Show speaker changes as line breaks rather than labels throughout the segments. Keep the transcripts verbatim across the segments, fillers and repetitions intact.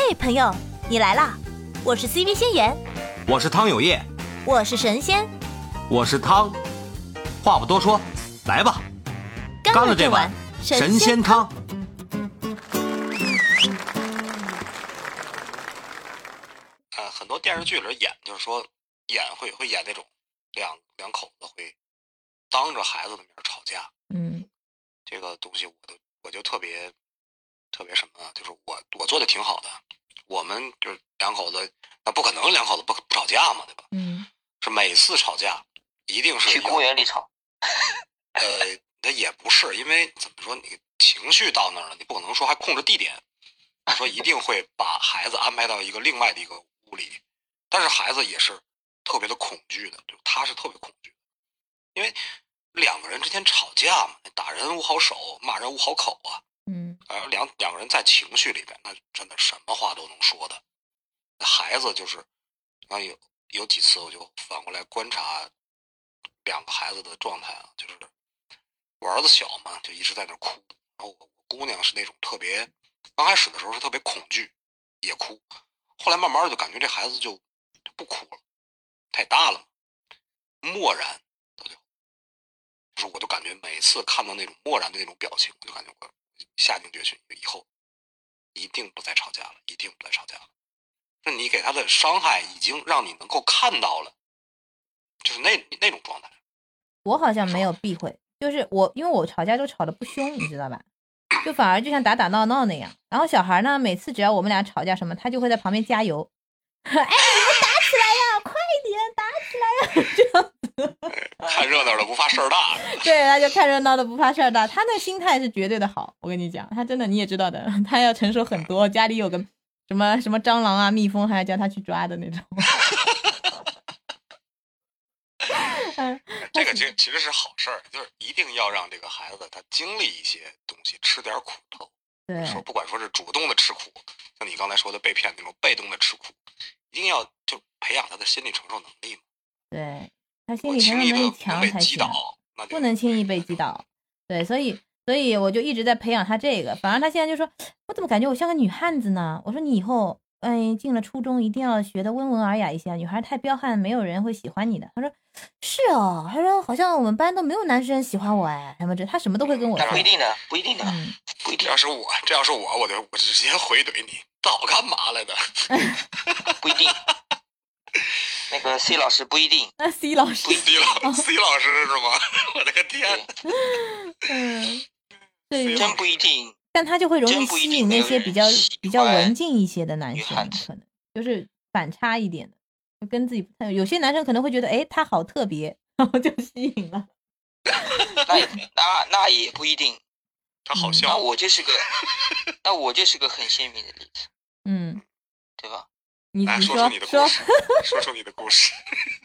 嘿，朋友，你来啦！我是 C V 仙言，
我是汤有业，
我是神仙，
我是汤。话不多说，来吧，
干了这碗
神仙汤。
呃，很多电视剧里演，就是说演会会演那种两两口子会当着孩子的面吵架。
嗯，
这个东西我都我就特别特别什么啊，就是我我做的挺好的。我们就是两口子，那不可能两口子不不吵架嘛，对吧？
嗯，
是每次吵架一定是
去公园里吵。
呃，那也不是，因为怎么说，你情绪到那儿了，你不可能说还控制地点，说一定会把孩子安排到一个另外的一个屋里，但是孩子也是特别的恐惧的，就他是特别恐惧的，因为两个人之间吵架嘛，打人无好手，骂人无好口啊，
嗯，
而两两个人在情绪里边，那真的什么话都能说的。孩子就是，啊有有几次我就反过来观察两个孩子的状态啊，就是我儿子小嘛，就一直在那哭，然后我姑娘是那种特别，刚开始的时候是特别恐惧，也哭，后来慢慢的就感觉这孩子就就不哭了，太大了嘛，漠然，到最后，就是我就感觉每次看到那种漠然的那种表情，我就感觉我下定决心，以后一定不再吵架了，一定不再吵架了。那你给他的伤害已经让你能够看到了，就是那那种状态。
我好像没有避讳，就是我因为我吵架都吵得不凶，你知道吧？就反而就像打打闹闹那样。然后小孩呢，每次只要我们俩吵架什么，他就会在旁边加油，哎，你们打起来呀，快点打起来呀，这样子。
看热闹的不怕事儿大。
对，他就看热闹的不怕事儿大，他那心态是绝对的好。我跟你讲，他真的你也知道的，他要承受很多，家里有个什么什么蟑螂啊、蜜蜂，还要叫他去抓的那种。
这个其实其实是好事儿，就是一定要让这个孩子他经历一些东西，吃点苦头。
对，
说不管说是主动的吃苦，像你刚才说的被骗那种被动的吃苦，一定要就培养他的心理承受能力嘛。
对，他心理承受能力强才行，不能轻易被击倒。对，所以所以我就一直在培养他这个。反而他现在就说，我怎么感觉我像个女汉子呢？我说你以后哎进了初中一定要学得温文尔雅一些，女孩太彪悍，没有人会喜欢你的。他说是哦，他说好像我们班都没有男生喜欢我哎，什么这他什么都会跟我说。
不一定的，不一定的，
嗯、
不一定。
这要是我，这要是我，我就我直接回怼你，早干嘛来的？
不一定。那个 C 老师不一定。
那 C 老师
，C 老 C 老师是吗？我的个天！
嗯，对，
真不一定。
但他就会容易吸引那些比较比较文静一些的男生，可能就是反差一点的，就跟自己不太。有些男生可能会觉得，哎，他好特别，然后就吸引了。
那也那那也不一定。
他好笑。
那我就是个，那我就是个很鲜明的例子。
嗯，
对吧？
你你
说出你的故事，说出你的故事。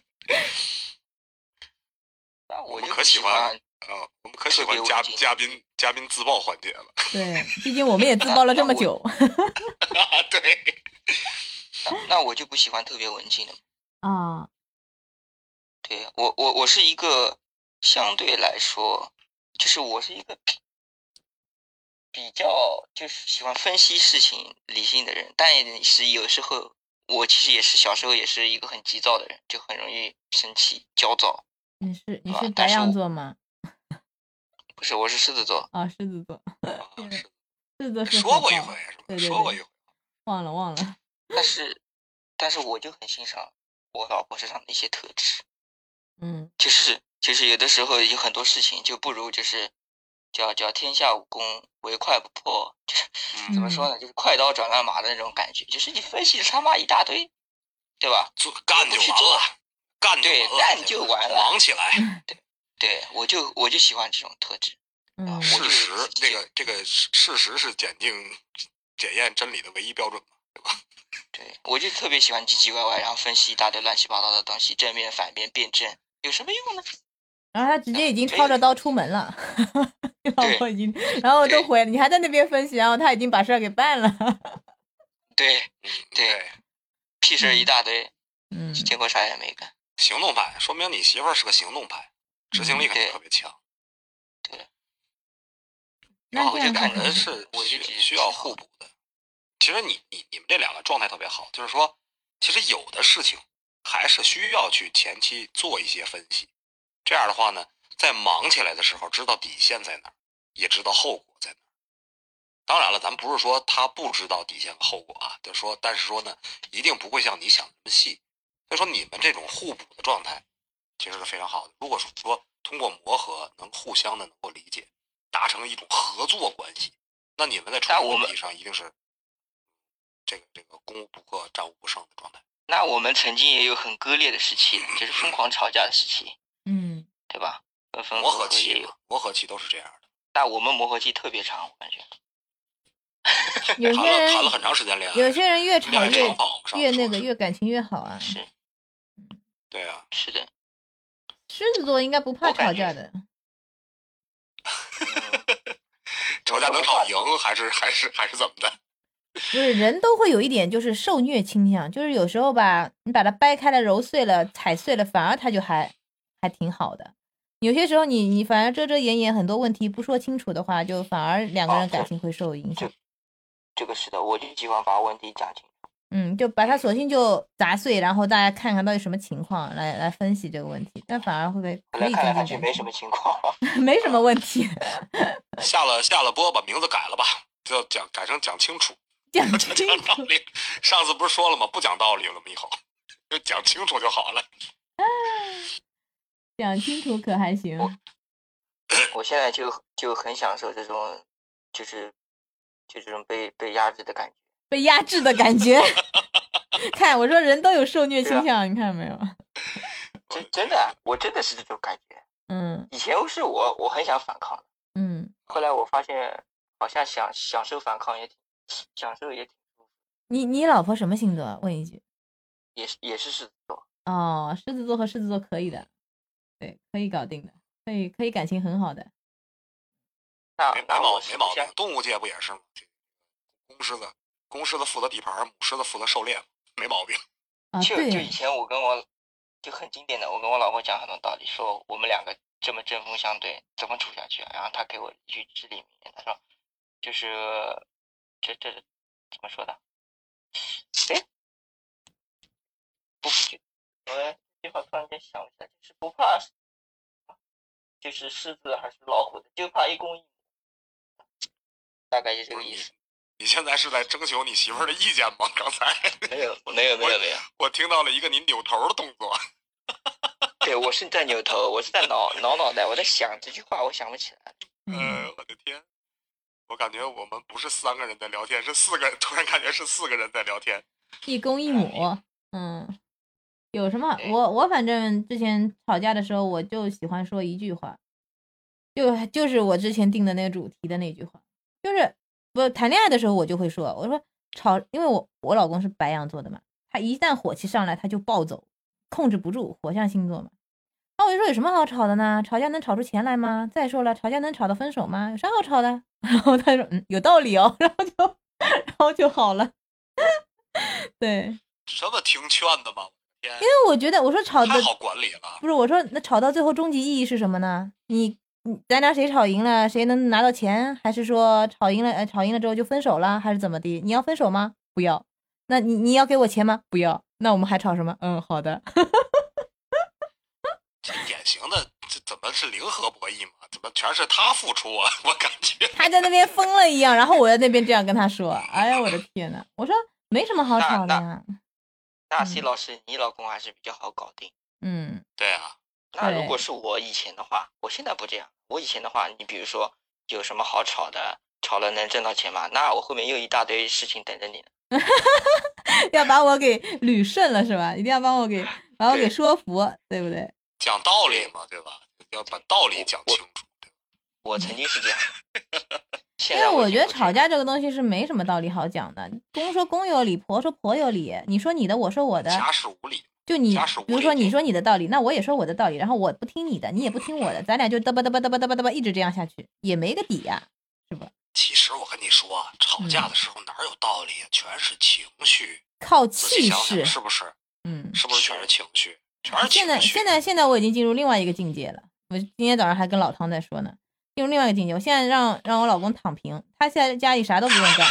那
我们可喜欢呃，我们可喜欢嘉嘉宾嘉宾自曝环节了。
对，毕竟我们也自曝了这么久。
对。
那, 那我就不喜欢特别文静的。
啊。
对，我我我是一个相对来说，就是我是一个比较就是喜欢分析事情、理性的人，但也是有时候我其实也是小时候也是一个很急躁的人，就很容易生气、焦躁。
你是你是白羊座吗？
不是，我是狮子座。
啊，狮子座。狮子座是
说过一回是吧？
对对对，
说过一回，
忘了忘了。
但是，但是我就很欣赏我老婆身上的一些特质。
嗯，
就是就是有的时候有很多事情就不如就是叫叫天下武功唯快不破，就是怎么说呢，就是快刀斩乱麻的那种感觉，就是你分析他妈一大堆，对吧？
干就完了，干就
对，干就完了，
忙起来。
对，对我就我就喜欢这种特质。
嗯，
事实这个这个事实是检定检验真理的唯一标准嘛，对吧？
对，我就特别喜欢唧唧歪歪，然后分析一大堆乱七八糟的东西，正面反面辩证，有什么用呢？
然后他直接已经抄着刀出门了，然后已经，然后都回，你还在那边分析，然后他已经把事儿给办了。
对对，屁事一大堆，
嗯，
结果啥也没干。
行动派，说明你媳妇儿是个行动派，执行力肯定特别强。
对，
那
我觉得两人是需需要互补的。 其实你你你们这两个状态特别好，就是说，其实有的事情还是需要去前期做一些分析，这样的话呢，在忙起来的时候知道底线在哪儿，也知道后果在哪儿。当然了，咱不是说他不知道底线和后果啊，就是说，但是说呢，一定不会像你想的那么细。所以说，你们这种互补的状态其实是非常好的。如果说通过磨合能互相的能够理解，达成一种合作关系，那你们在处理问题上一定是这个这个攻无不克、战无不胜的状态。
那我们曾经也有很割裂的时期，就是疯狂吵架的时期，
嗯，
对吧？分分
磨
合合
合期
也有，
磨合期都是这样的。
但我们磨合期特别长，我感觉。
有些人
谈了很长时间恋爱，
有些人越吵越越那个
越
越感情越好啊。
是，
对啊，
是的。
狮子座应该不怕吵架的。
吵架能吵赢还是还是还是怎么的？
就是人都会有一点就是受虐倾向，就是有时候吧，你把它掰开了、揉碎了、踩碎了，反而它就还还挺好的。有些时候你你反而遮遮掩掩，很多问题不说清楚的话，就反而两个人感情会受影响。
这这个是的，我就喜欢把问题讲清楚。
嗯，就把它索性就砸碎，然后大家看看到底什么情况，来来分析这个问题，但反而会可以
看来看去没什么情况，
没什么问题。
下了下了播把名字改了吧，就讲改成讲清楚。
讲清楚。
道理，上次不是说了吗？不讲道理了吗？以后就讲清楚就好了。
讲清楚可还行。
我, 我现在就就很享受这种，就是就这种被被压制的感觉。
被压制的感觉。看我说人都有受虐倾向，啊、你看没有？
真真的，我真的是这种感觉。
嗯，
以前是我我很想反抗的，
嗯，
后来我发现好像享享受反抗也挺享受也挺舒服。
你你老婆什么星座？问一句。
也是也是狮子座。
哦，狮子座和狮子座可以的，对，可以搞定的，可以可以感情很好的。
那
没毛没毛病，动物界不也是吗？公狮子公狮子负责地盘，母狮子负责狩猎，没毛病。
啊，
就
对。
就以前我跟我就很经典的，我跟我老婆讲很多道理，说我们两个这么针锋相对，怎么处下去啊？然后她给我一句至理名言，她说，就是这这怎么说的？哎，不，我这话突然间想不起来，就是不怕，就是狮子还是老虎的，就怕一公一母，大概就这个意思。
你现在是在征求你媳妇儿的意见吗？刚才
没有没有没有没有，
我听到了一个你扭头的动作。
对，我是在扭头，我是在挠挠脑袋，我在想这句话，我想不起来。
呃，我的天，我感觉我们不是三个人在聊天，是四个人，突然感觉是四个人在聊天。
一公一母，嗯，有什么？我我反正之前吵架的时候，我就喜欢说一句话，就就是我之前定的那个主题的那句话，就是我谈恋爱的时候我就会说，我说吵，因为我我老公是白羊座的嘛，他一旦火气上来他就暴走，控制不住，火象星座嘛。那我就说有什么好吵的呢？吵架能吵出钱来吗？再说了，吵架能吵到分手吗？有啥好吵的？然后他说嗯，有道理哦，然后就然后就好了。对，
这么听劝的吗？
因为我觉得我说吵的
太好管理了，
不是我说那吵到最后终极意义是什么呢？你你咱俩谁吵赢了谁能拿到钱，还是说吵赢了呃吵赢了之后就分手了，还是怎么的？你要分手吗？不要。那你你要给我钱吗？不要。那我们还吵什么？嗯，好的。
这典型的这怎么是零和博弈嘛？怎么全是他付出啊？我感觉
他在那边疯了一样，然后我在那边这样跟他说，哎呀我的天呐，我说没什么好吵的呀。
那, 那 C 老师、嗯，你老公还是比较好搞定。
嗯，
对啊。
那如果是我以前的话，我现在不这样。我以前的话，你比如说有什么好吵的，吵了能挣到钱吗？那我后面又一大堆事情等着你呢。
要把我给捋顺了是吧？一定要帮我给把我给说服， 对, 对不对？
讲道理嘛，对吧？要把道理讲清楚。
我, 我曾经是这样。
因为我觉得吵架这个东西是没什么道理好讲的，公说公有理，婆说婆有理，你说你的，我说我的，
家事无理。
就你，比如说你说你的道理，那我也说我的道理，然后我不听你的，你也不听我的，咱俩就嘚吧嘚吧嘚吧嘚吧嘚吧一直这样下去，也没个底呀、啊，是吧？
其实我跟你说，吵架的时候哪有道理，嗯、全是情绪，
靠气势，
是不是？
嗯，
是不是全是情绪？全是情绪。
现在现在现在我已经进入另外一个境界了，我今天早上还跟老汤在说呢。进入另外一个境界，我现在让让我老公躺平，他现在家里啥都不用干，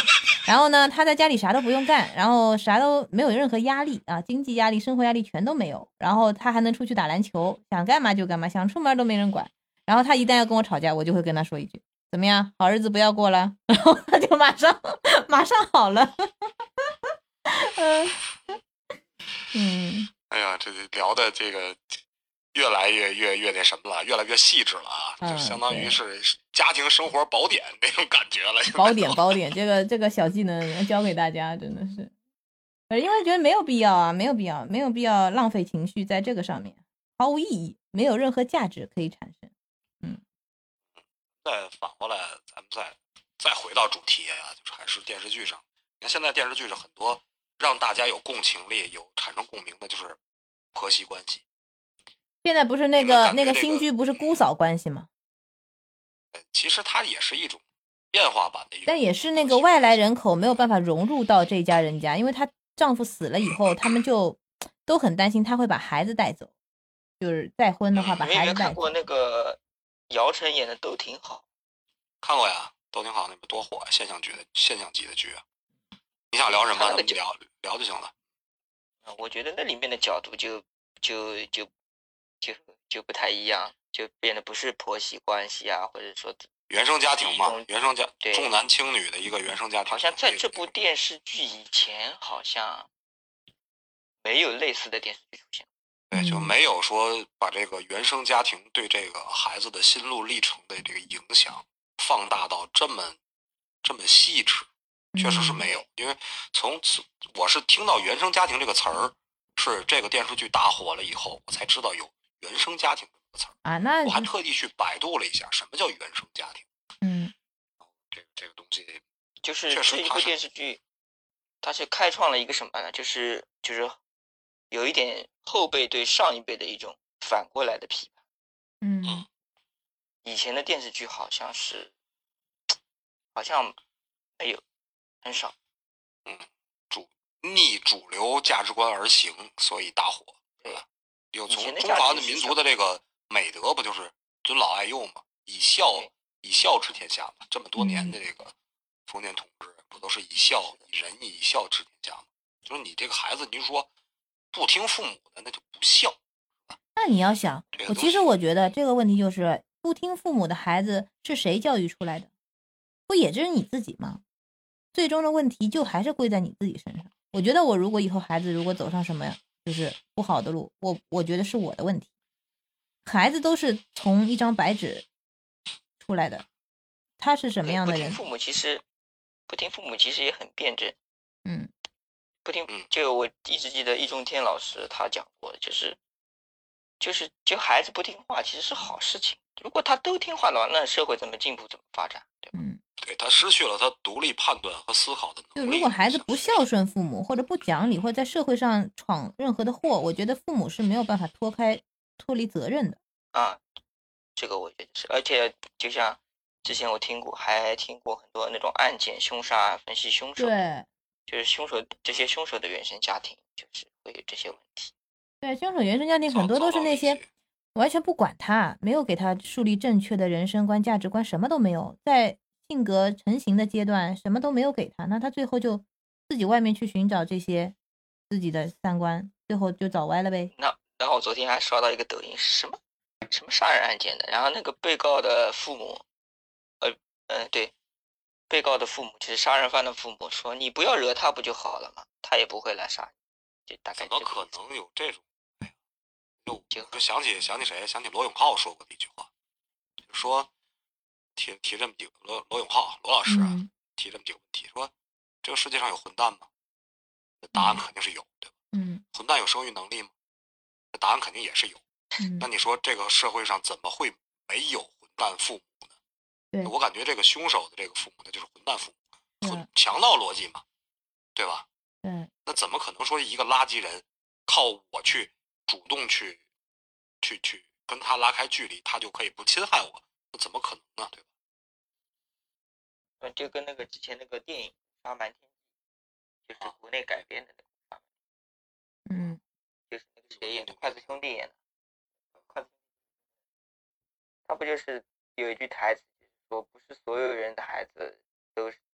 然后呢，他在家里啥都不用干，然后啥都没有任何压力啊，经济压力、生活压力全都没有。然后他还能出去打篮球，想干嘛就干嘛，想出门都没人管。然后他一旦要跟我吵架，我就会跟他说一句：“怎么样，好日子不要过了？”然后他就马上马上好了。嗯嗯，
哎呀，这聊的这个越来越越越那什么了，越来越细致了啊，
嗯、
就相当于是家庭生活宝典那种感觉了。
宝典宝典，这个这个小技能教给大家，真的是，因为觉得没有必要啊，没有必要，没有必要浪费情绪在这个上面，毫无意义，没有任何价值可以产生。嗯，
再反过来，咱们再再回到主题啊，就是还是电视剧上。你看现在电视剧上很多让大家有共情力、有产生共鸣的，就是婆媳关系。
现在不是那个、那个新剧不是姑嫂关系吗？
其实它也是一种变化版的一种，
但也是那个外来人口没有办法融入到这家人家，因为她丈夫死了以后，他们就都很担心她会把孩子带走，就是再婚的话把孩子带走。
你有没有看过那个姚晨演的都挺好？
看过呀，都挺好，那边多火，现象剧的现象级的剧啊。你想聊什么？咱们聊聊就行了。
我觉得那里面的角度就就就就就不太一样，就变得不是婆媳关系啊，或者说
原生家庭嘛，原生家重男轻女的一个原生家庭。
好像在这部电视剧以前，好像没有类似的电视剧出现。
对，就没有说把这个原生家庭对这个孩子的心路历程的这个影响放大到这么这么细致，确实是没有。因为从此我是听到原生家庭这个词儿，是这个电视剧大火了以后，我才知道有原生家庭这个词儿
啊。那
我还特地去百度了一下，什么叫原生家庭。
嗯，
这个这个东西
就是这一部电视剧，它是开创了一个什么呢？就是就是有一点后辈对上一辈的一种反过来的批判。
嗯，
以前的电视剧好像是好像没有，很少。
嗯，主逆主流价值观而行，所以大火，对吧？有从中华的民族的这个美德，不就是尊老爱幼嘛？以孝以孝治天下嘛？这么多年的这个封建统治，不都是以孝以仁以孝治天下吗？就是你这个孩子，您说不听父母的，那就不孝。
那你要想，我其实我觉得这个问题就是不听父母的孩子是谁教育出来的？不也就是你自己吗？最终的问题就还是归在你自己身上。我觉得我如果以后孩子如果走上什么就是不好的路，我我觉得是我的问题。孩子都是从一张白纸出来的，他是什么样的人？
不听父母其实不听父母其实也很辩证。
嗯，
不听，就我一直记得易中天老师他讲过，就是就是就孩子不听话其实是好事情。如果他都听话的话，那社会怎么进步怎么发展，对吧？
嗯，
对，他失去了他独立判断和思考的能力。
就如果孩子不孝顺父母，或者不讲理，或者在社会上闯任何的祸，我觉得父母是没有办法脱开脱离责任的。
啊，这个我觉得是，而且就像之前我听过，还听过很多那种案件凶杀分析凶手，
对，
就是凶手这些凶手的原生家庭就是会有这些问题。
对，凶手原生家庭很多都是那些完全不管他，没有给他树立正确的人生观、价值观，什么都没有，在性格成型的阶段什么都没有给他，那他最后就自己外面去寻找这些自己的三观，最后就走歪了呗。
那然后我昨天还刷到一个抖音，是什么什么杀人案件的，然后那个被告的父母，呃嗯、呃、对，被告的父母就是杀人犯的父母说，你不要惹他不就好了吗？他也不会来杀你。就大概
怎么可能有这种？就就想起想起谁？想起罗永浩说过的一句话，就是说提提这么几个罗罗永浩罗老师啊、嗯，提这么几个问题，说这个世界上有混蛋吗？答案肯定是有，对吧？
嗯，
混蛋有生育能力吗？答案肯定也是有。
嗯，
那你说这个社会上怎么会没有混蛋父母呢？
对，
我感觉这个凶手的这个父母，那就是混蛋父母，混强盗逻辑嘛，对吧？
对，
那怎么可能说一个垃圾人靠我去主动去去去跟他拉开距离，他就可以不侵害我？那怎么可能呢？对吧？
嗯，就跟那个之前那个电影《杀瞒天记》，就是国内改编的那个杀瞒天记，
嗯，
就是那个谁演的，筷子兄弟演的，筷子，他不就是有一句台词，就是说不是所有人的孩子都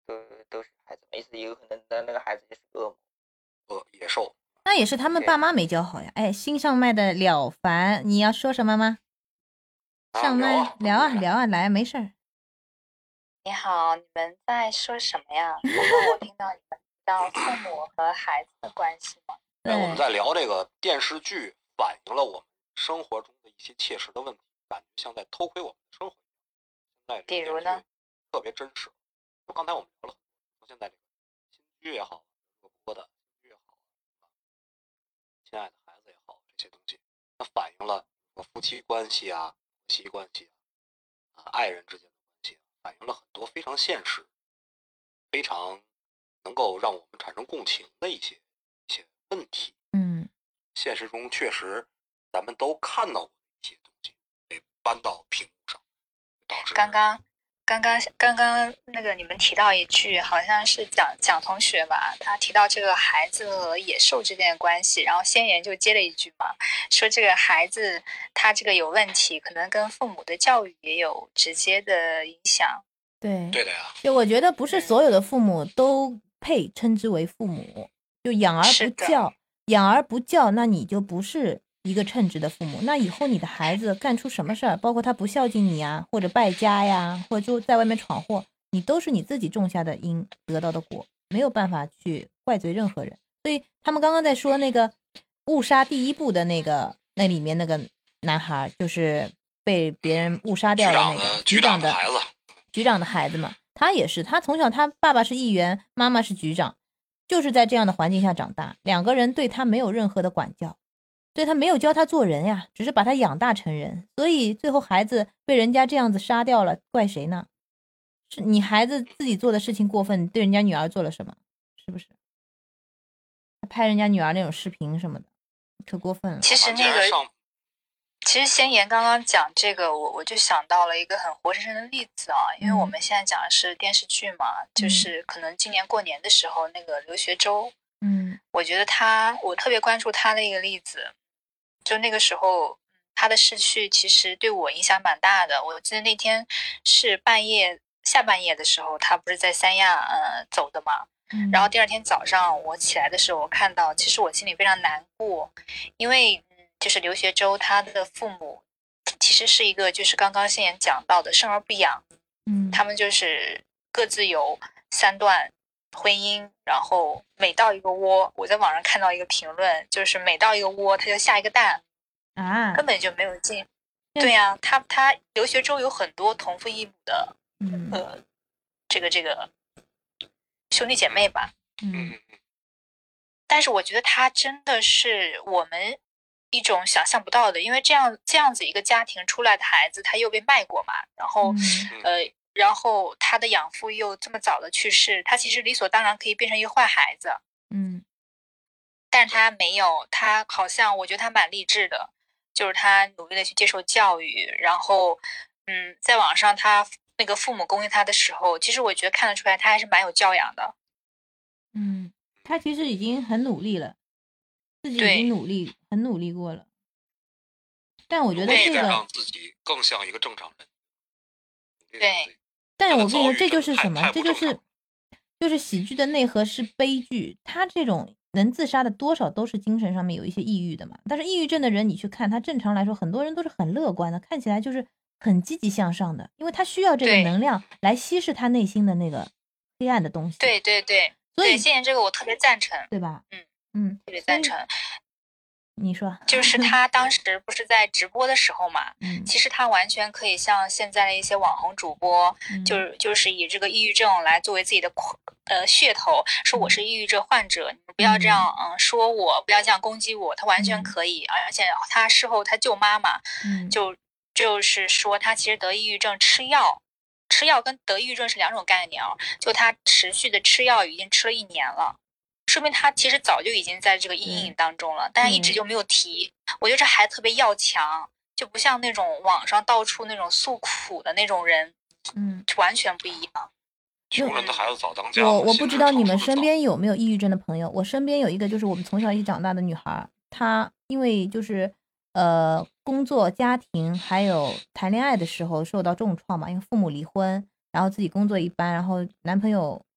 都都是孩子，没事有可能那那个孩子就是恶魔，
呃，野兽。
那也是他们爸妈没教好呀。哎，新上麦的了凡，你要说什么吗？上麦聊啊聊啊，来，没事儿。
你好，你们在说什么呀？刚刚我听到你们提到父母和孩子的关系吗？
对，我们在聊这个电视剧反映了我们生活中的一些切实的问题，感觉像在偷窥我们的生活。现在
比如呢？
特别真实。就刚才我们聊了很多，现在这个新剧也好，热播的新剧也好，亲爱的孩子也好，这些东西，它反映了夫妻关系啊、婆媳关系啊、爱人之间的关系，反映了很多非常现实、非常能够让我们产生共情的一些一些问题。
嗯，
现实中确实咱们都看到过一些东西被搬到屏幕上，导致
刚刚刚刚刚刚那个你们提到一句，好像是蒋蒋同学吧，他提到这个孩子和野兽之间的关系，然后先言就接了一句嘛，说这个孩子他这个有问题，可能跟父母的教育也有直接的影响。
对，
对的呀。
就我觉得不是所有的父母都配称之为父母，就养而不教，养而不教，那你就不是一个称职的父母。那以后你的孩子干出什么事儿，包括他不孝敬你啊，或者败家呀，或者就在外面闯祸，你都是你自己种下的因得到的果，没有办法去怪罪任何人。所以他们刚刚在说那个误杀第一部的那个那里面那个男孩，就是被别人误杀掉了那个
局长的孩子，
局长的孩子嘛，他也是，他从小他爸爸是议员，妈妈是局长，就是在这样的环境下长大，两个人对他没有任何的管教，对他没有教他做人呀，只是把他养大成人，所以最后孩子被人家这样子杀掉了，怪谁呢？是你孩子自己做的事情过分，对人家女儿做了什么？是不是？拍人家女儿那种视频什么的，可过分了。
其实那个，其实先言刚刚讲这个，我我就想到了一个很活生生的例子啊，因为我们现在讲的是电视剧嘛，嗯、就是可能今年过年的时候，那个刘学周，
嗯，
我觉得他，我特别关注他的一个例子，就那个时候他的逝去其实对我影响蛮大的。我记得那天是半夜下半夜的时候，他不是在三亚呃走的嘛。然后第二天早上我起来的时候，我看到，其实我心里非常难过，因为就是刘学周他的父母其实是一个就是刚刚先言讲到的生而不养，
嗯，
他们就是各自有三段婚姻，然后每到一个窝，我在网上看到一个评论，就是每到一个窝他就下一个蛋
啊，
根本就没有进。对呀、啊，他他刘学周有很多同父异母的，
嗯，
呃，这个这个。兄弟姐妹吧，
嗯，
但是我觉得他真的是我们一种想象不到的，因为这样这样子一个家庭出来的孩子，他又被卖过嘛，然后、嗯、呃，然后他的养父又这么早的去世，他其实理所当然可以变成一个坏孩子，
嗯，
但是他没有，他好像我觉得他蛮励志的，就是他努力的去接受教育，然后嗯，在网上他。那个父母供应他的时候，其实我觉得看得出来他还是蛮有教养的。
嗯，他其实已经很努力了，自己已经努力很努力过了。但我觉得这个
让自己更像一个正常人。
对，
但是我跟你说，这就是什么？这就是就是喜剧的内核是悲剧。他这种能自杀的多少都是精神上面有一些抑郁的嘛。但是抑郁症的人，你去看他，正常来说，很多人都是很乐观的，看起来就是很积极向上的，因为他需要这个能量来稀释他内心的那个黑暗的东西。
对对对，
所以
现在这个我特别赞成，
对吧？
嗯
嗯，
特别赞成。
你说，
就是他当时不是在直播的时候嘛，
嗯，
其实他完全可以像现在的一些网红主播，
嗯、
就是就是以这个抑郁症来作为自己的呃噱头，说我是抑郁症患者，你们不要这样嗯、呃、说我，不要这样攻击我，他完全可以，
嗯、
而且他事后他救妈妈，
嗯，
就。就是说他其实得抑郁症吃药，吃药跟得抑郁症是两种概念啊。就他持续的吃药已经吃了一年了，说明他其实早就已经在这个阴影当中了，但是一直就没有提。我觉得这孩子特别要强，就不像那种网上到处那种诉苦的那种人，
嗯，
完全不一样。
穷人的孩子早当家。
我我不知道你们身边有没有抑郁症的朋友，我身边有一个就是我们从小一起长大的女孩，她因为就是呃。工作、家庭还有谈恋爱的时候受到重创嘛，因为父母离婚，然后自己工作一般，然后男朋友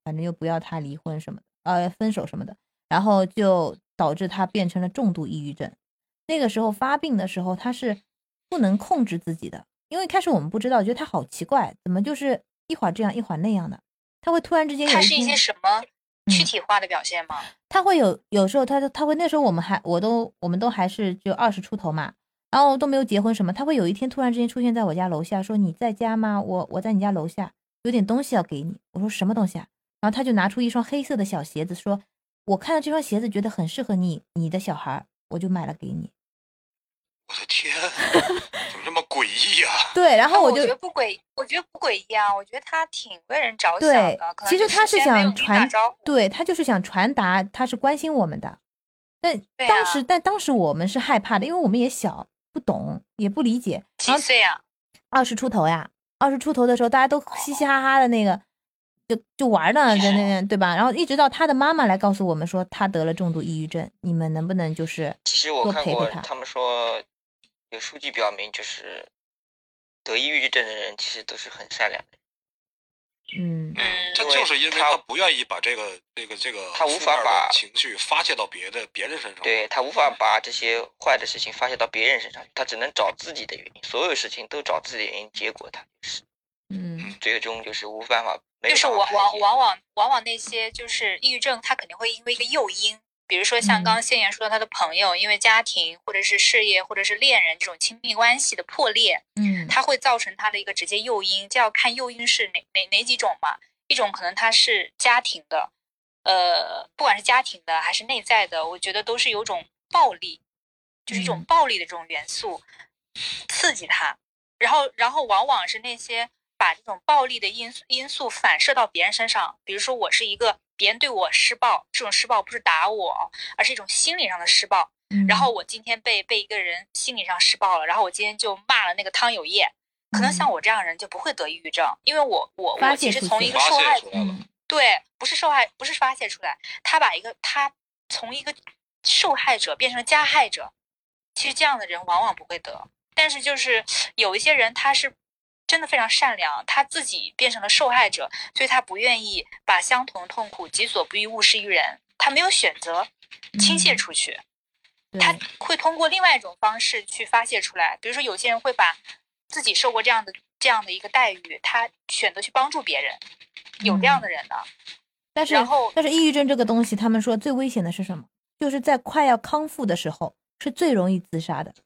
反正又不要他离婚什么的，呃，分手什么的，然后就导致他变成了重度抑郁症。那个时候发病的时候，他是不能控制自己的，因为开始我们不知道，觉得他好奇怪，怎么就是一会儿这样一会儿那样的，他会突然之间有一天，
他是一些什么躯体化的表现吗？
嗯、他会有有时候他他会那时候我们还我都我们都还是就二十出头嘛，然后都没有结婚什么，他会有一天突然之间出现在我家楼下，说你在家吗？我我在你家楼下，有点东西要给你。我说什么东西啊？然后他就拿出一双黑色的小鞋子，说我看到这双鞋子觉得很适合你你的小孩，我就买了给你。
我的天，怎么这么诡异啊？
对，然后我就、
啊、我觉得不诡，我觉得不诡异啊，我觉得他挺为人着想
对
的。
其实他是想传，
对
他就是想传达他是关心我们的。但当时、
啊、
但当时我们是害怕的，因为我们也小，不懂，也不理解。
几岁啊？
二十出头呀，二十出头的时候，大家都嘻嘻哈哈的那个，就就玩呢，在那对吧？然后一直到他的妈妈来告诉我们说他得了重度抑郁症，你们能不能就是
其实我看过
他
他们说有数据表明，就是得抑郁症的人其实都是很善良的。
嗯
嗯，他就是因为他不愿意把这个这个这个
他无法把
情绪发泄到别的别人身上，
对他无法把这些坏的事情发泄到别人身上，他只能找自己的原因，所有事情都找自己的原因，结果他就是
嗯，
最终就是无办法，
就是往往往往往往那些就是抑郁症，他肯定会因为一个诱因。比如说像刚刚谢妍说他的朋友、嗯、因为家庭或者是事业或者是恋人这种亲密关系的破裂，
嗯，
它会造成他的一个直接诱因，就要看诱因是哪哪哪几种嘛。一种可能它是家庭的，呃，不管是家庭的还是内在的，我觉得都是有种暴力，就是一种暴力的这种元素刺激他，然后然后往往是那些把这种暴力的因素因素反射到别人身上，比如说我是一个。别人对我施暴，这种施暴不是打我，而是一种心理上的施暴。
嗯、
然后我今天被被一个人心理上施暴了，然后我今天就骂了那个汤有业。可能像我这样的人就不会得抑郁症，因为我我我其实从一个受害者，对，不是受害，不是发泄出来，他把一个他从一个受害者变成了加害者。其实这样的人往往不会得，但是就是有一些人他是。真的非常善良，他自己变成了受害者，所以他不愿意把相同的痛苦己所不欲勿施于人，他没有选择倾泻出去、嗯、他会通过另外一种方式去发泄出来。比如说有些人会把自己受过这样的这样的一个待遇，他选择去帮助别人，有这样的人呢、嗯、
但是
然后
但是抑郁症这个东西他们说最危险的是什么？就是在快要康复的时候是最容易自杀的。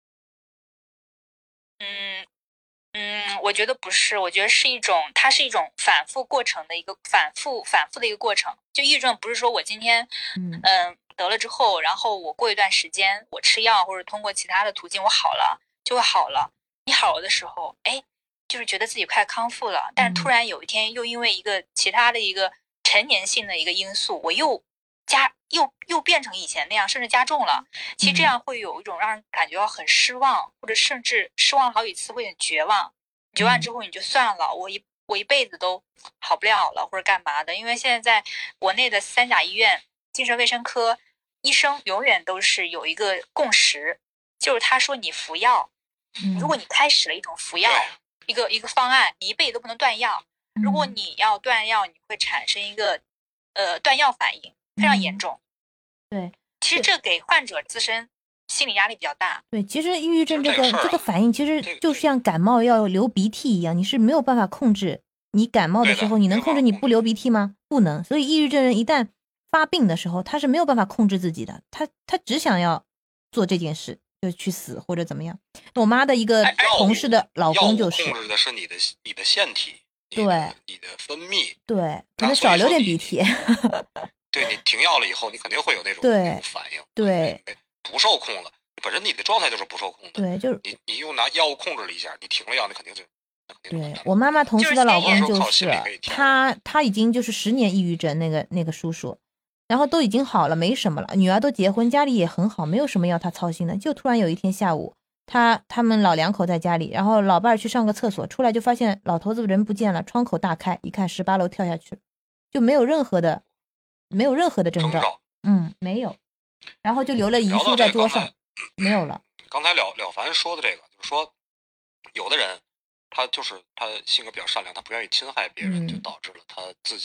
嗯嗯，我觉得不是，我觉得是一种，它是一种反复过程的一个反复反复的一个过程。就抑郁症不是说我今天嗯、呃、得了之后，然后我过一段时间我吃药或者通过其他的途径我好了就会好了。你好了的时候，哎，就是觉得自己快康复了，但是突然有一天又因为一个其他的一个成年性的一个因素，我又加又又变成以前那样，甚至加重了。其实这样会有一种让人感觉到很失望，或者甚至失望好几次，会很绝望。绝望之后你就算了，我一我一辈子都好不了了，或者干嘛的。因为现在在国内的三甲医院精神卫生科，医生永远都是有一个共识，就是他说你服药，如果你开始了一种服药一个一个方案，你一辈子都不能断药。如果你要断药，你会产生一个呃断药反应，非常严重。
对，
其实这给患者自身心理压力比较大。
对，其实抑郁症这个这个反应其实就像感冒要流鼻涕一样，你是没有办法控制。你感冒的时候，你能控制你不流鼻涕吗？不能。所以抑郁症人一旦发病的时候，他是没有办法控制自己的，他他只想要做这件事，就去死或者怎么样。我妈的一个同事的老公就是，
控制的是你的你的腺体，
对，
你的分泌，
对，可能少流点鼻涕。
对，你停药了以后，你肯定会有那种
对
反应，
对，
不受控了。本身你的状态就是不受控的，
对，就是
你你又拿药物控制了一下，你停了药，你肯定就。
对，我妈妈同事的老公就是，他他已经就是十年抑郁症，那个那个叔叔，然后都已经好了，没什么了，女儿都结婚，家里也很好，没有什么要他操心的。就突然有一天下午，他他们老两口在家里，然后老伴儿去上个厕所，出来就发现老头子人不见了，窗口大开，一看十八楼跳下去了，就没有任何的没有任何的征兆，嗯，没有，然后就留了遗书在桌上，没有了。
刚才了了凡说的这个，就是说有的人。他就是他性格比较善良，他不愿意侵害别人，
嗯、
就导致了他自己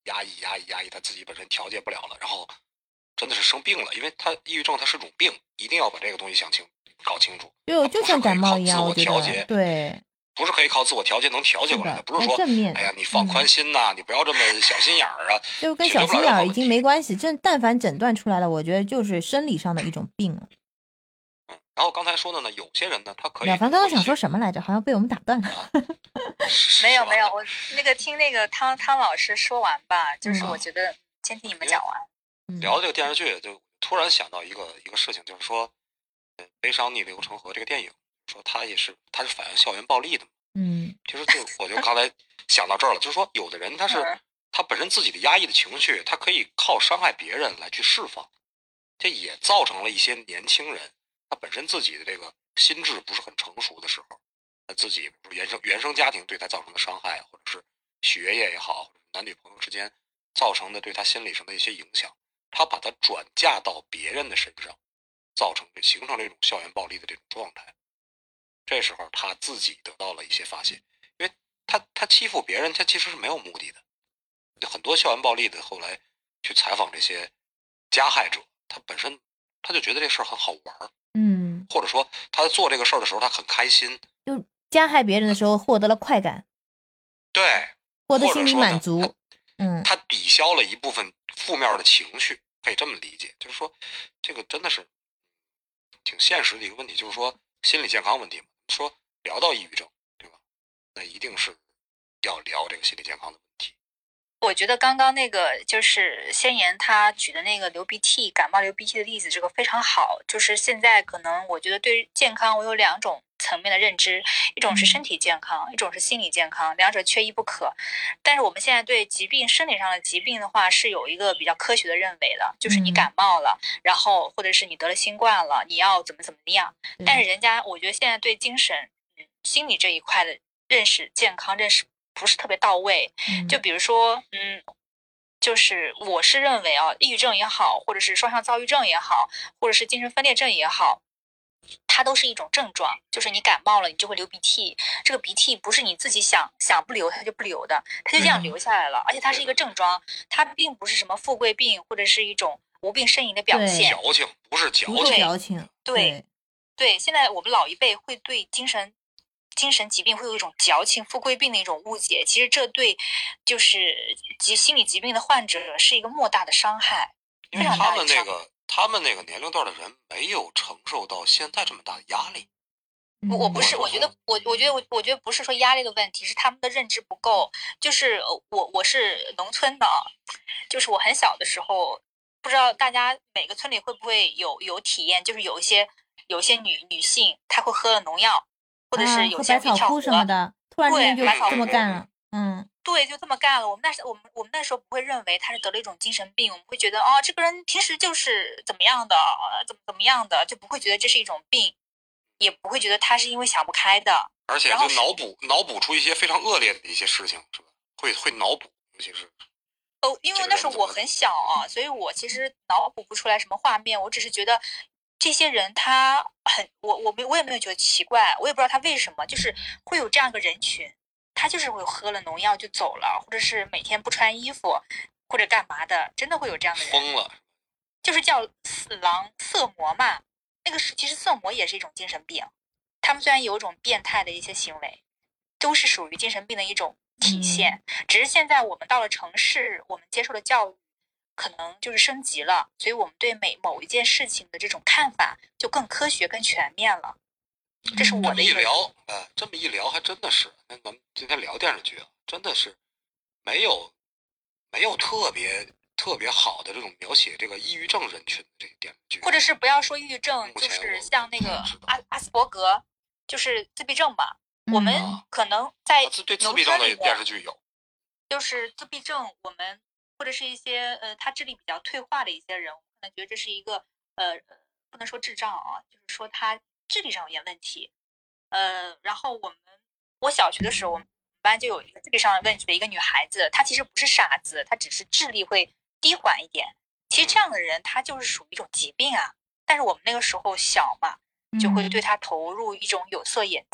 压抑压抑压抑，他自己本身调节不了了，然后真的是生病了，因为他抑郁症它是种病，一定要把这个东西想清搞清楚。
就就像感冒一样，我觉
得
对，
不是可以靠自我调节能调节过来的，不是说
正面，
哎呀你放宽心呐、嗯，你不要这么小心眼儿啊，
就跟小心眼儿已经没关系，这但凡诊断出来了，我觉得就是生理上的一种病了。
嗯，然后刚才说的呢，有些人呢，他可以。
了凡刚刚想说什么来着？好像被我们打断了。啊、
没有没有，我那个听那个汤汤老师说完吧，就是我觉得、嗯、先听你们讲完。
聊这个电视剧，就突然想到一个一个事情，就是说，《悲伤逆流成河》这个电影，说它也是它是反映校园暴力的嘛。
嗯，
其实就我就刚才想到这儿了，就是说，有的人他是他本身自己的压抑的情绪，他可以靠伤害别人来去释放，这也造成了一些年轻人他本身自己的这个心智不是很成熟的时候，他自己原生原生家庭对他造成的伤害，或者是学业也好，男女朋友之间造成的对他心理上的一些影响，他把它转嫁到别人的身上，造成形成这种校园暴力的这种状态。这时候他自己得到了一些发泄，因为他他欺负别人，他其实是没有目的的。很多校园暴力的后来去采访这些加害者，他本身他就觉得这事儿很好玩，
嗯，
或者说他在做这个事儿的时候他很开心，
就加害别人的时候获得了快感，
对，
获得心理满足，嗯，
他抵消了一部分负面的情绪，可以这么理解，就是说这个真的是挺现实的一个问题，就是说心理健康问题嘛。说聊到抑郁症，对吧？那一定是要聊这个心理健康的问题。
我觉得刚刚那个就是先言他举的那个流鼻涕、感冒流鼻涕的例子，这个非常好。就是现在可能我觉得对健康我有两种层面的认知，一种是身体健康，一种是心理健康，两者缺一不可。但是我们现在对疾病、生理上的疾病的话，是有一个比较科学的认为的，就是你感冒了，然后或者是你得了新冠了，你要怎么怎么样。但是人家我觉得现在对精神、嗯、心理这一块的认识、健康认识不是特别到位。就比如说，嗯，就是我是认为啊，抑郁症也好，或者是双向躁郁症也好，或者是精神分裂症也好，它都是一种症状，就是你感冒了，你就会流鼻涕。这个鼻涕不是你自己想想不流它就不流的，它就这样流下来了。而且它是一个症状，它并不是什么富贵病或者是一种无病呻吟的表现。
矫情不是矫
情，矫情。
对对，现在我们老一辈会对精神。精神疾病会有一种矫情、富贵病的一种误解，其实这对就是疾心理疾病的患者是一个莫大的伤害。
因为他们那个他们那个年龄段的人没有承受到现在这么大的压力。
我我不是，我觉得我我觉得我我觉得不是说压力的问题，是他们的认知不够。就是我我是农村的，就是我很小的时候，不知道大家每个村里会不会有有体验，就是有一些有一些女女性她会喝了农药。或者是有些
百草枯什么的，突然间就这么干了，嗯，
对，就这么干了。我们那时我们我们那时候不会认为他是得了一种精神病，我们会觉得哦，这个人平时就是怎么样的，怎么怎么样的，就不会觉得这是一种病，也不会觉得他是因为想不开的，
而且就脑补脑补出一些非常恶劣的一些事情，是吧？会会脑补，尤其是
哦，因为那时候我很小啊，所以我其实脑补不出来什么画面，我只是觉得。这些人他很我我没我也没有觉得奇怪，我也不知道他为什么就是会有这样一个人群，他就是会喝了农药就走了，或者是每天不穿衣服或者干嘛的，真的会有这样的人。
疯了，
就是叫色狼色魔嘛。那个是其实色魔也是一种精神病，他们虽然有一种变态的一些行为，都是属于精神病的一种体现。嗯、只是现在我们到了城市，我们接受的教育。可能就是升级了，所以我们对每某一件事情的这种看法就更科学、更全面了。这是我的
一个。这么一聊，呃，这么一聊还真的是。那咱们今天聊电视剧啊，真的是没有没有特别特别好的这种描写这个抑郁症人群的这个电视剧，
或者是不要说抑郁症，就是像那个阿阿斯伯格，就是自闭症吧。嗯、我们可能在
对自闭症的电视剧有，
就是自闭症，我们。或者是一些呃，他智力比较退化的一些人，我可能觉得这是一个呃，不能说智障啊，就是说他智力上有点问题。呃，然后我们我小学的时候，我们班就有一个智力上的问题的一个女孩子，她其实不是傻子，她只是智力会低缓一点。其实这样的人，她就是属于一种疾病啊。但是我们那个时候小嘛，就会对她投入一种有色眼镜。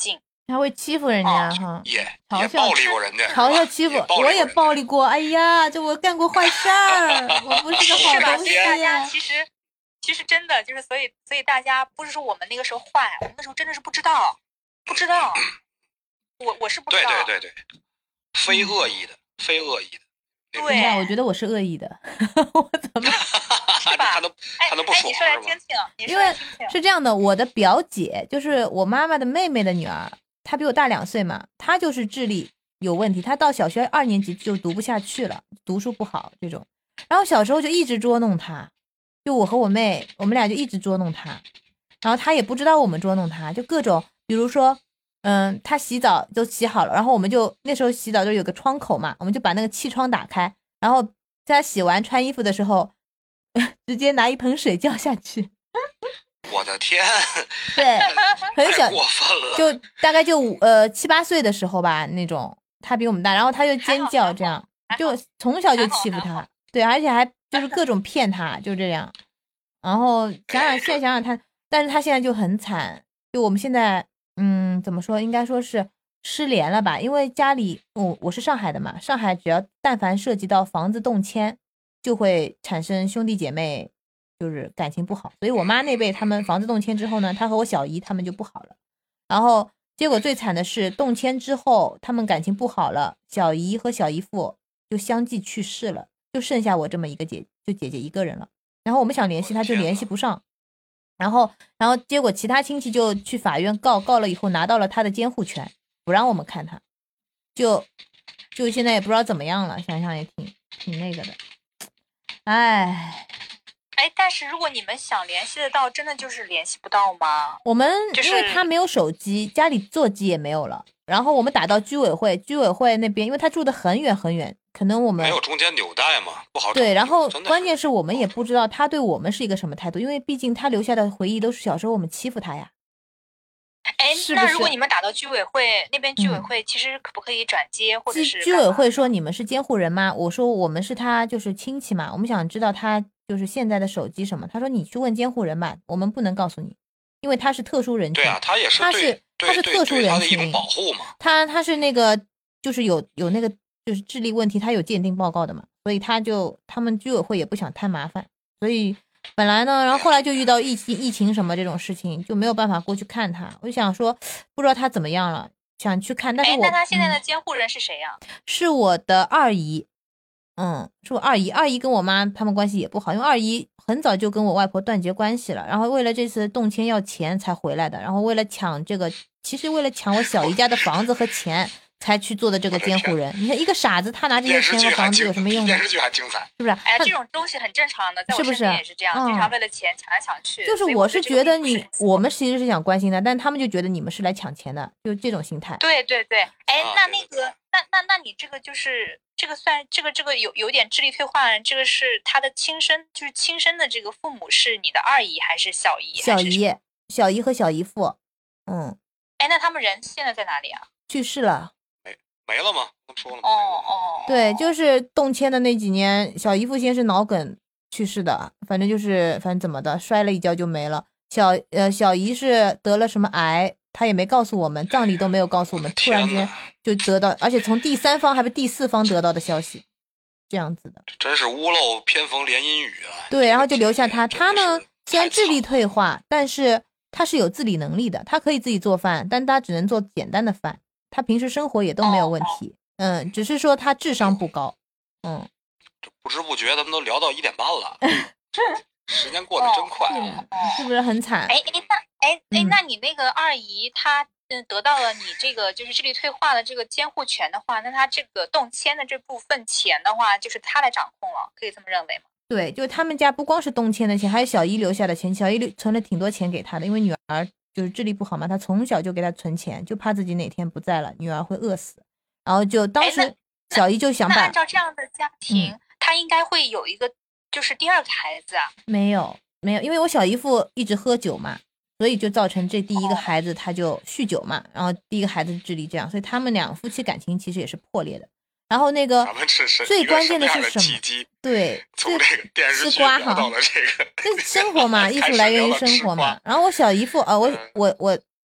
还会欺负人家哈，
也
嘲笑
也暴力过人家，
嘲笑欺负，我也暴力过。哎呀，这我干过坏事儿，我不是个好东西。
大家其实其实真的就是，所以所以大家不是说我们那个时候坏，我们那时候真的是不知道，不知道。我我是不知道。
对对对对，非恶意的，非恶意的。
对，
我觉得我是恶意的，我怎么？
是吧？
他都他都不爽，
你说来听听，你
因为是这样的，我的表姐就是我妈妈的妹妹的女儿，她比我大两岁嘛，她就是智力有问题，她到小学二年级就读不下去了，读书不好这种。然后小时候就一直捉弄她，就我和我妹，我们俩就一直捉弄她，然后她也不知道我们捉弄她，就各种，比如说。嗯，他洗澡都洗好了，然后我们就那时候洗澡就有个窗口嘛，我们就把那个气窗打开，然后在他洗完穿衣服的时候，直接拿一盆水浇下去。
我的天！
对，很小，
过分了，
就大概就五呃七八岁的时候吧那种，他比我们大，然后他就尖叫，这样就从小就欺负他，对，而且还就是各种骗他，就这样。然后想想现在想想他，但是他现在就很惨，就我们现在。嗯，怎么说？应该说是失联了吧？因为家里，我我是上海的嘛，上海只要但凡涉及到房子动迁，就会产生兄弟姐妹就是感情不好。所以我妈那辈他们房子动迁之后呢，她和我小姨他们就不好了。然后结果最惨的是动迁之后，他们感情不好了，小姨和小姨夫就相继去世了，就剩下我这么一个姐，就姐姐一个人了。然后我们想联系她就联系不上。然后，然后结果其他亲戚就去法院告，告了以后拿到了他的监护权，不让我们看他，就就现在也不知道怎么样了，想想也挺挺那个的，哎，
哎，但是如果你们想联系得到，真的就是联系不到吗？
我们、
就是、
因为他没有手机，家里座机也没有了，然后我们打到居委会，居委会那边，因为他住得很远很远。可能我们
没有中间纽带嘛，不好找。
对，然后关键是我们也不知道他对我们是一个什么态度，因为毕竟他留下的回忆都是小时候我们欺负他呀。
哎，那如果你们打到居委会那边，居委会其实可不可以转接，嗯、或者是
居委会说你们是监护人吗？我说我们是他就是亲戚嘛，我们想知道他就是现在的手机什么。他说你去问监护人吧，我们不能告诉你，因为他是特殊人群。
对啊，他也是
他是他是特殊人群，
保护嘛。
他他是那个就是有有那个。就是智力问题，他有鉴定报告的嘛，所以他就他们居委会也不想摊麻烦，所以本来呢，然后后来就遇到疫情疫情什么这种事情，就没有办法过去看他。我就想说，不知道他怎么样了，想去看，但是我
那他现在的监护人是谁呀、啊
嗯？是我的二姨，嗯，是我二姨，二姨跟我妈他们关系也不好，因为二姨很早就跟我外婆断绝关系了，然后为了这次动迁要钱才回来的，然后为了抢这个，其实为了抢我小姨家的房子和钱。才去做的这个监护人，你看一个傻子，他拿这些钱和房子有什么用呢？
电视剧还精彩，
是不是？
哎呀，这种东西很正常的，在我身边也是这样，
是
不是？经常为了钱抢来抢去。
就是我是觉得你，我们其实是想关心的，但他们就觉得你们是来抢钱的，就这种心态。
对对对，哎，那那个，那那那你这个就是这个算这个这个有有点智力退化的人，这个是他的亲生，就是亲生的这个父母是你的二姨还是小姨？
小姨，小姨和小姨父，嗯。
哎，那他们人现在在哪里啊？
去世了。
没了吗？他们说了吗？
哦哦，
对，就是动迁的那几年，小姨夫先是脑梗去世的，反正就是反正怎么的，摔了一跤就没了。小呃小姨是得了什么癌，他也没告诉我们，葬礼都没有告诉我们，突然间就得到，而且从第三方还是第四方得到的消息，这样子的。
真是屋漏偏逢连阴雨啊！
对，然后就留下他，他呢虽然智力退化，但是他是有自理能力的，他可以自己做饭，但他只能做简单的饭。他平时生活也都没有问题，嗯，只是说他智商不高，嗯。
这不知不觉咱们都聊到一点半了，时间过得真快，
哦、是不是很惨？
哎哎，那哎哎，那你那个二姨她嗯得到了你这个就是智力退化的这个监护权的话，那她这个动迁的这部分钱的话，就是她来掌控了，可以这么认为吗？
对，就他们家不光是动迁的钱，还有小姨留下的钱，小姨存了挺多钱给她的，因为女儿。就是智力不好嘛，他从小就给他存钱，就怕自己哪天不在了，女儿会饿死。然后就当时小姨就想把，
那按照这样的家庭，嗯、他应该会有一个就是第二个孩子啊？
没有，没有，因为我小姨夫一直喝酒嘛，所以就造成这第一个孩子他就酗酒嘛，然后第一个孩子智力这样，所以他们俩夫妻感情其实也是破裂的。然后那个最关键的是什么？对，
从这个电视剧
聊到
了这个，
这生活嘛，艺术来源于生活嘛。然后我小姨夫啊，我我我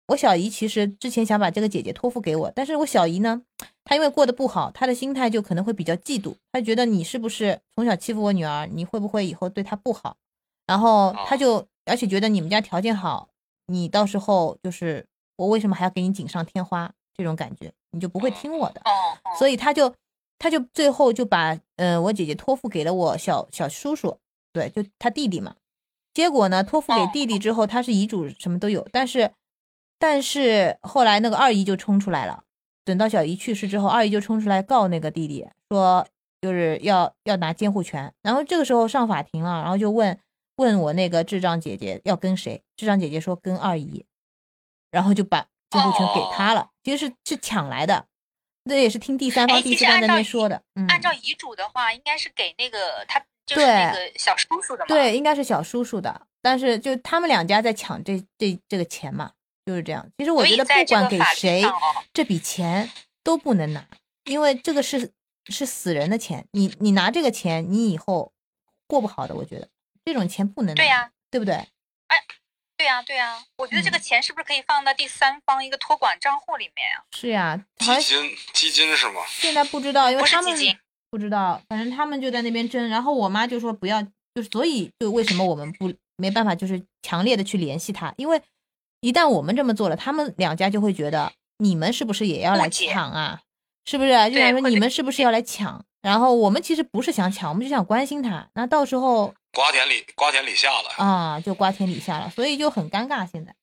我小姨其实之前想把这个姐姐托付给我，但是我小姨呢，她因为过得不好，她的心态就可能会比较嫉妒，她觉得你是不是从小欺负我女儿，你会不会以后对她不好？然后她就而且觉得你们家条件好，你到时候就是我为什么还要给你锦上添花这种感觉，你就不会听我的，所以她就她就最后就把呃我姐姐托付给了我小小叔叔，对，就他弟弟嘛。结果呢，托付给弟弟之后，他是遗嘱什么都有，但是，但是后来那个二姨就冲出来了。等到小姨去世之后，二姨就冲出来告那个弟弟，说就是要要拿监护权。然后这个时候上法庭了，然后就问问我那个智障姐姐要跟谁，智障姐姐说跟二姨，然后就把监护权给他了。其实是是抢来的，这也是听第三方、第四方在那边说的。嗯，
按照遗嘱的话，应该是给那个他。就是那个小叔叔的嘛，
对，应该是小叔叔的，但是就他们两家在抢这这这个钱嘛，就是这样。其实我觉得不管给谁，这笔钱都不能拿，因为这个是是死人的钱，你你拿这个钱，你以后过不好的，我觉得这种钱不能拿，
对呀、啊，
对不对？
哎，对呀、啊，对呀、啊，我觉得这个钱是不是可以放到第三方一个托管账户里面啊？
是呀，
基金基金是吗？
现在不知道，因为他们
不是基金。
不知道，反正他们就在那边争，然后我妈就说不要，就是所以就为什么我们不没办法，就是强烈的去联系他，因为一旦我们这么做了，他们两家就会觉得你们是不是也要来抢啊？是不是？就想说你们是不是要来抢？然后我们其实不是想抢，我们就想关心他，那到时候
瓜田李瓜田李下了
啊，就瓜田李下了，所以就很尴尬现在。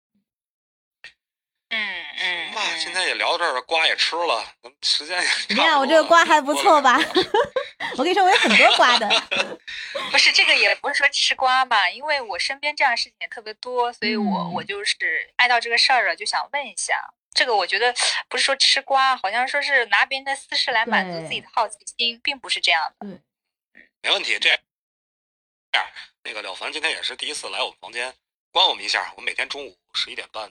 嗯嗯，
那今天也聊到这儿，瓜也吃了，咱们时间也差不多了。
你看我这个瓜还不错吧？我跟你说，我有很多瓜的。
不是这个，也不是说吃瓜吧，因为我身边这样的事情也特别多，所以我、嗯、我就是挨到这个事儿了，就想问一下。这个我觉得不是说吃瓜，好像说是拿别人的私事来满足自己的好奇心，并不是这样的。
对，
没问题。这样，这样，那个了凡今天也是第一次来我们房间，关我们一下。我们每天中午十一点半。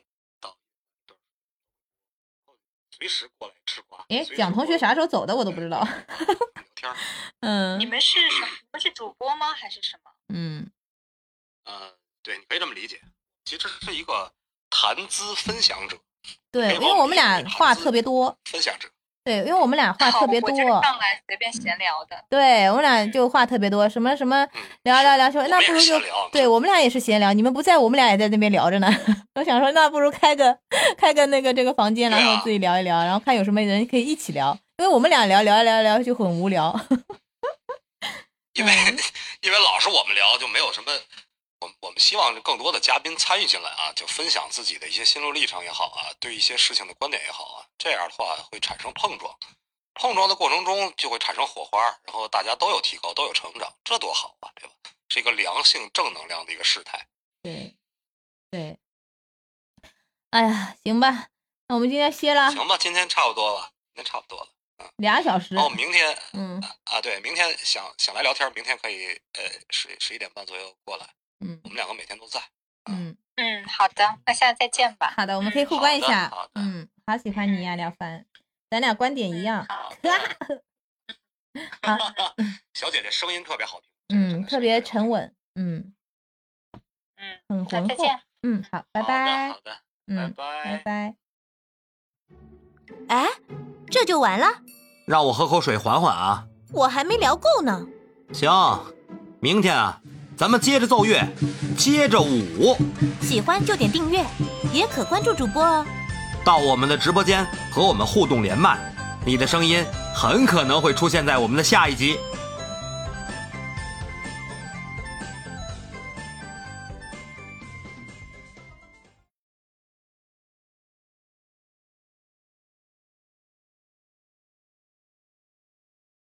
随时过来吃瓜。
哎，蒋同学啥时候走的我都不知道。
聊天。
嗯。
你们是什么？你们是主播吗？还是什么？
嗯。
呃，对，你可以这么理解，其实是一个谈资分享者。
对，因为我们俩话特别多。
分享者。
对，因为我们俩话特别多。
我上来随便闲聊的。
对，我们俩就话特别多，什么什么聊聊聊说，那不如就对我们俩也是闲聊，你们不在，我们俩也在那边聊着呢。我想说，那不如开个开个那个这个房间，然后自己聊一聊，然后看有什么人可以一起聊，因为我们俩聊聊聊聊就很无聊。
因为因为老是我们聊，就没有什么。我们我们希望更多的嘉宾参与进来啊，就分享自己的一些心路历程也好啊，对一些事情的观点也好啊，这样的话会产生碰撞，碰撞的过程中就会产生火花，然后大家都有提高，都有成长，这多好啊，对吧？是一个良性正能量的一个事态。
对，对。哎呀，行吧，那我们今天歇了。
行吧，今天差不多了，今天差不多了。嗯，
俩小时。
哦，明天，
嗯
啊，对，明天想想来聊天，明天可以呃十十一点半左右过来。
嗯，
我们两个每天都在。
嗯
嗯，好的，那下次再见吧。
好的，我们可以互关一下。
好的，
嗯，好喜欢你呀、啊，廖凡，咱俩观点一样。
好，
小姐姐声音特别好听。
嗯，特别沉稳。嗯
嗯，
很浑厚。嗯，好，拜
拜。好的，
嗯，
拜
拜拜。
哎，这就完了？
让我喝口水缓缓啊。
我还没聊够呢。
行，明天啊。咱们接着奏乐，接着舞。
喜欢就点订阅，也可关注主播哦。
到我们的直播间和我们互动连麦，你的声音很可能会出现在我们的下一集。